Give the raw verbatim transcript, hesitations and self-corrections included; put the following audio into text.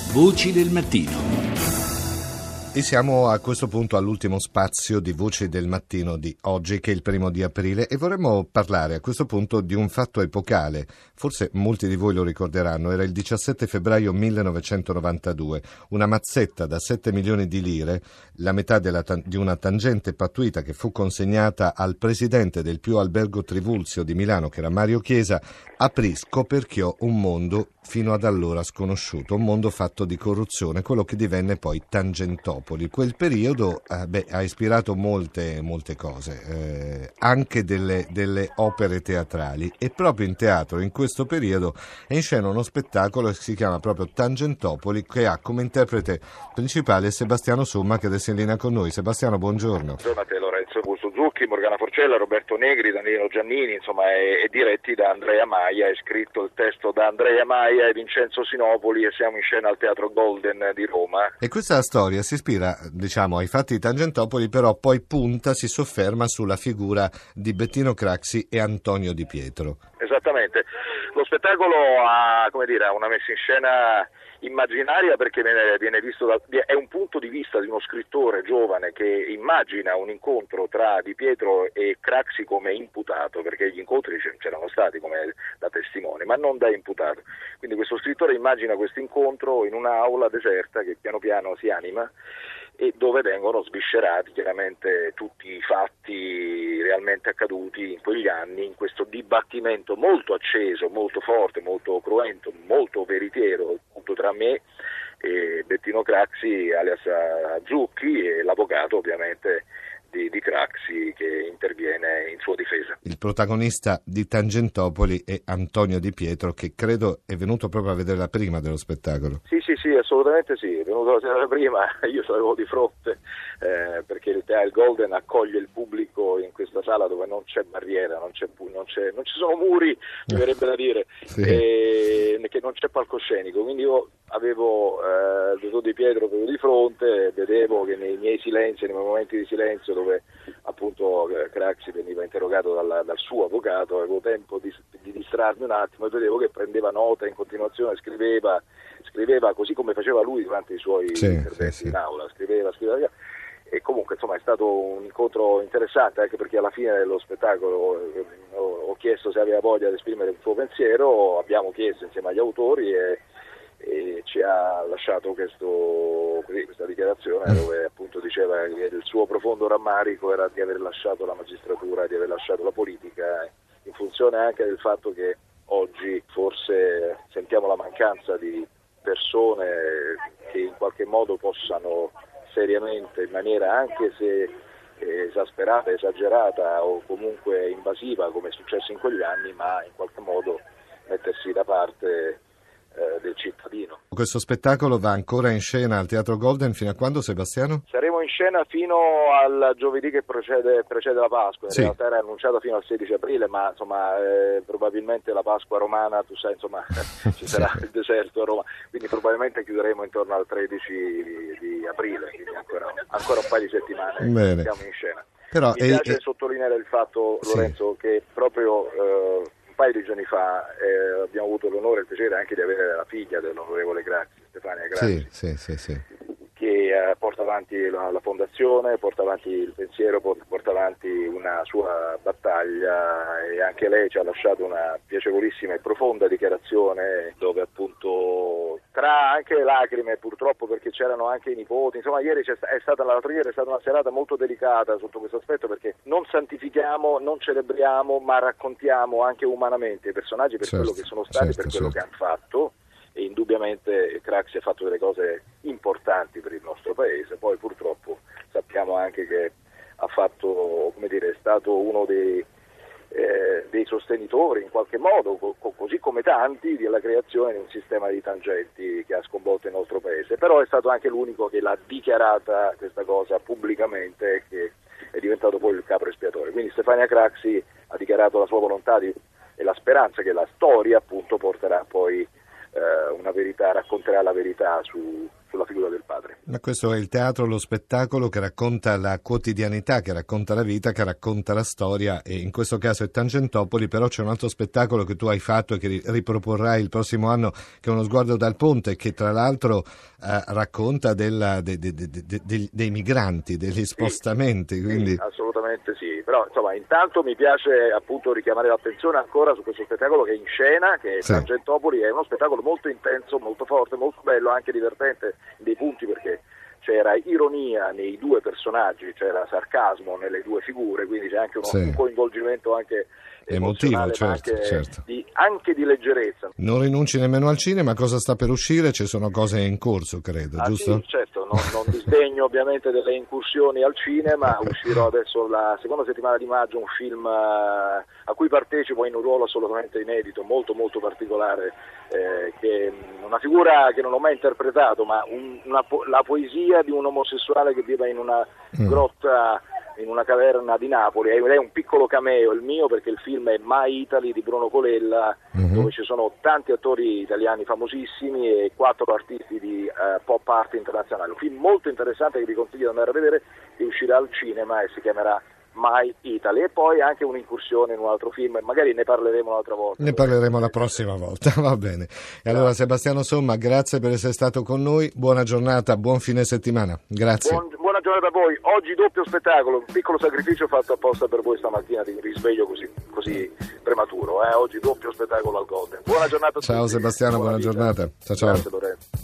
Voci del mattino. E siamo a questo punto all'ultimo spazio di Voci del Mattino di oggi, che è il primo di aprile, e vorremmo parlare a questo punto di un fatto epocale. Forse molti di voi lo ricorderanno, era il diciassette febbraio millenovecentonovantadue, una mazzetta da sette milioni di lire, la metà della, di una tangente pattuita che fu consegnata al presidente del Pio Albergo Trivulzio di Milano, che era Mario Chiesa, aprì, scoperchiò un mondo fino ad allora sconosciuto, un mondo fatto di corruzione, quello che divenne poi Tangentopoli. Quel periodo eh, beh, ha ispirato molte, molte cose, eh, anche delle, delle opere teatrali, e proprio in teatro in questo periodo è in scena uno spettacolo che si chiama proprio Tangentopoli, che ha come interprete principale Sebastiano Somma, che adesso è in linea con noi. Sebastiano, buongiorno. Buongiorno a te, Lorenzo Busto Zucchi, Morgana Forcella, Roberto Negri, Danilo Giannini, insomma è, è diretti da Andrea Maia, è scritto il testo da Andrea Maia e Vincenzo Sinopoli, e siamo in scena al Teatro Golden di Roma. E questa storia si ispira, diciamo, ai fatti di Tangentopoli, però poi punta, si sofferma sulla figura di Bettino Craxi e Antonio Di Pietro. Esattamente, lo spettacolo ha, come dire, ha una messa in scena immaginaria, perché viene, viene visto da, è un punto di vista di uno scrittore giovane che immagina un incontro tra Di Pietro e Craxi come imputato, perché gli incontri c'erano stati come da testimone, ma non da imputato. Quindi questo scrittore immagina questo incontro in un'aula deserta che piano piano si anima, e dove vengono sviscerati chiaramente tutti i fatti realmente accaduti in quegli anni, in questo dibattimento molto acceso, molto forte, molto cruento, molto veritiero, appunto, tra me e Bettino Craxi alias Zucchi, e l'avvocato ovviamente di, di Craxi, che interviene in sua difesa. Il protagonista di Tangentopoli è Antonio Di Pietro, che credo è venuto proprio a vedere la prima dello spettacolo. Sì, sì, sì, assolutamente sì, è venuto a vedere la prima, io sapevo di fronte, eh, perché il, il Golden accoglie il pubblico in questa sala dove non c'è barriera, non, c'è, non, c'è, non ci sono muri, mi verrebbe da dire, sì. e, che non c'è palcoscenico, quindi io avevo eh, il dottor Di Pietro proprio di fronte, vedevo che nei miei silenzi, nei miei momenti di silenzio dove appunto Craxi veniva interrogato dal, dal suo avvocato, avevo tempo di, di distrarmi un attimo e vedevo che prendeva nota in continuazione, scriveva, scriveva così come faceva lui durante i suoi sì, interventi sì, sì. in aula, scriveva, scriveva, e comunque insomma è stato un incontro interessante, anche perché alla fine dello spettacolo ho, ho chiesto se aveva voglia di esprimere il suo pensiero, abbiamo chiesto insieme agli autori e e ci ha lasciato questo, così, questa dichiarazione dove appunto diceva che il suo profondo rammarico era di aver lasciato la magistratura, di aver lasciato la politica, in funzione anche del fatto che oggi forse sentiamo la mancanza di persone che in qualche modo possano seriamente, in maniera anche se esasperata, esagerata o comunque invasiva come è successo in quegli anni, ma in qualche modo mettersi da parte del cittadino. Questo spettacolo va ancora in scena al Teatro Golden fino a quando, Sebastiano? Saremo in scena fino al giovedì che precede, precede la Pasqua, in sì. realtà era annunciato fino al sedici aprile, ma insomma eh, probabilmente la Pasqua romana, tu sai, insomma ci sarà il deserto a Roma, quindi probabilmente chiuderemo intorno al tredici di aprile, quindi ancora, ancora un paio di settimane. Bene. Siamo in scena. Però, Mi piace e, sottolineare il fatto, Lorenzo, sì. che proprio eh, un paio di giorni fa eh, abbiamo avuto l'onore e il piacere anche di avere la figlia dell'onorevole Craxi, Stefania Craxi, sì, sì, sì, sì. che eh, porta avanti la, la fondazione, porta avanti il pensiero, porta, porta avanti una sua battaglia, e anche lei ci ha lasciato una piacevolissima e profonda dichiarazione dove appunto, tra anche le lacrime purtroppo, perché c'erano anche i nipoti, insomma ieri c'è, è stata l'altro ieri è stata una serata molto delicata sotto questo aspetto, perché non santifichiamo, non celebriamo, ma raccontiamo anche umanamente i personaggi per certo, quello che sono stati, certo, per quello certo. che hanno fatto. E indubbiamente Craxi ha fatto delle cose importanti per il nostro paese, poi purtroppo sappiamo anche che ha fatto, come dire, è stato uno dei, eh, dei sostenitori in qualche modo, co- così come tanti, della creazione di un sistema di tangenti che ha sconvolto il nostro paese, però è stato anche l'unico che l'ha dichiarata questa cosa pubblicamente e che è diventato poi il capo espiatorio. Quindi Stefania Craxi ha dichiarato la sua volontà di, e la speranza che la storia appunto porterà poi una verità, racconterà la verità su, sulla figura del padre. Ma questo è il teatro, lo spettacolo che racconta la quotidianità, che racconta la vita, che racconta la storia, e in questo caso è Tangentopoli. Però c'è un altro spettacolo che tu hai fatto e che riproporrai il prossimo anno, che è Uno sguardo dal ponte, che tra l'altro eh, racconta della, de, de, de, de, de, dei migranti, degli spostamenti. Sì, quindi... sì, assolutamente sì, però insomma intanto mi piace appunto richiamare l'attenzione ancora su questo spettacolo che è in scena, che è sì. Tangentopoli, è uno spettacolo molto intenso, molto forte, molto bello, anche divertente in dei punti, perché c'era ironia nei due personaggi, c'era sarcasmo nelle due figure, quindi c'è anche uno, sì. un coinvolgimento anche emotivo, certo, anche, certo. Di, anche di leggerezza. Non rinunci nemmeno al cinema, cosa sta per uscire? Ci sono cose in corso, credo, ah, giusto? Sì, certo, non, non disdegno ovviamente delle incursioni al cinema. Uscirò adesso la seconda settimana di maggio un film uh, a cui partecipo in un ruolo assolutamente inedito, molto molto particolare, eh, che una figura che non ho mai interpretato, ma un, una, la poesia di un omosessuale che vive in una mm. grotta, in una caverna di Napoli. È un piccolo cameo il mio, perché il film è My Italy di Bruno Colella, mm-hmm. dove ci sono tanti attori italiani famosissimi e quattro artisti di uh, pop art internazionale. Un film molto interessante che vi consiglio di andare a vedere, che uscirà al cinema e si chiamerà My Italy. E poi anche un'incursione in un altro film, magari ne parleremo un'altra volta. Ne parleremo la prossima volta, va bene. E allora Sebastiano Somma, grazie per essere stato con noi, buona giornata, buon fine settimana, grazie. Buon, buona giornata a voi, oggi doppio spettacolo, un piccolo sacrificio fatto apposta per voi stamattina di risveglio così, così prematuro, eh? Oggi doppio spettacolo al Golden. Buona giornata a tutti. Ciao Sebastiano, buona, buona giornata. Ciao ciao. Grazie Lorenzo.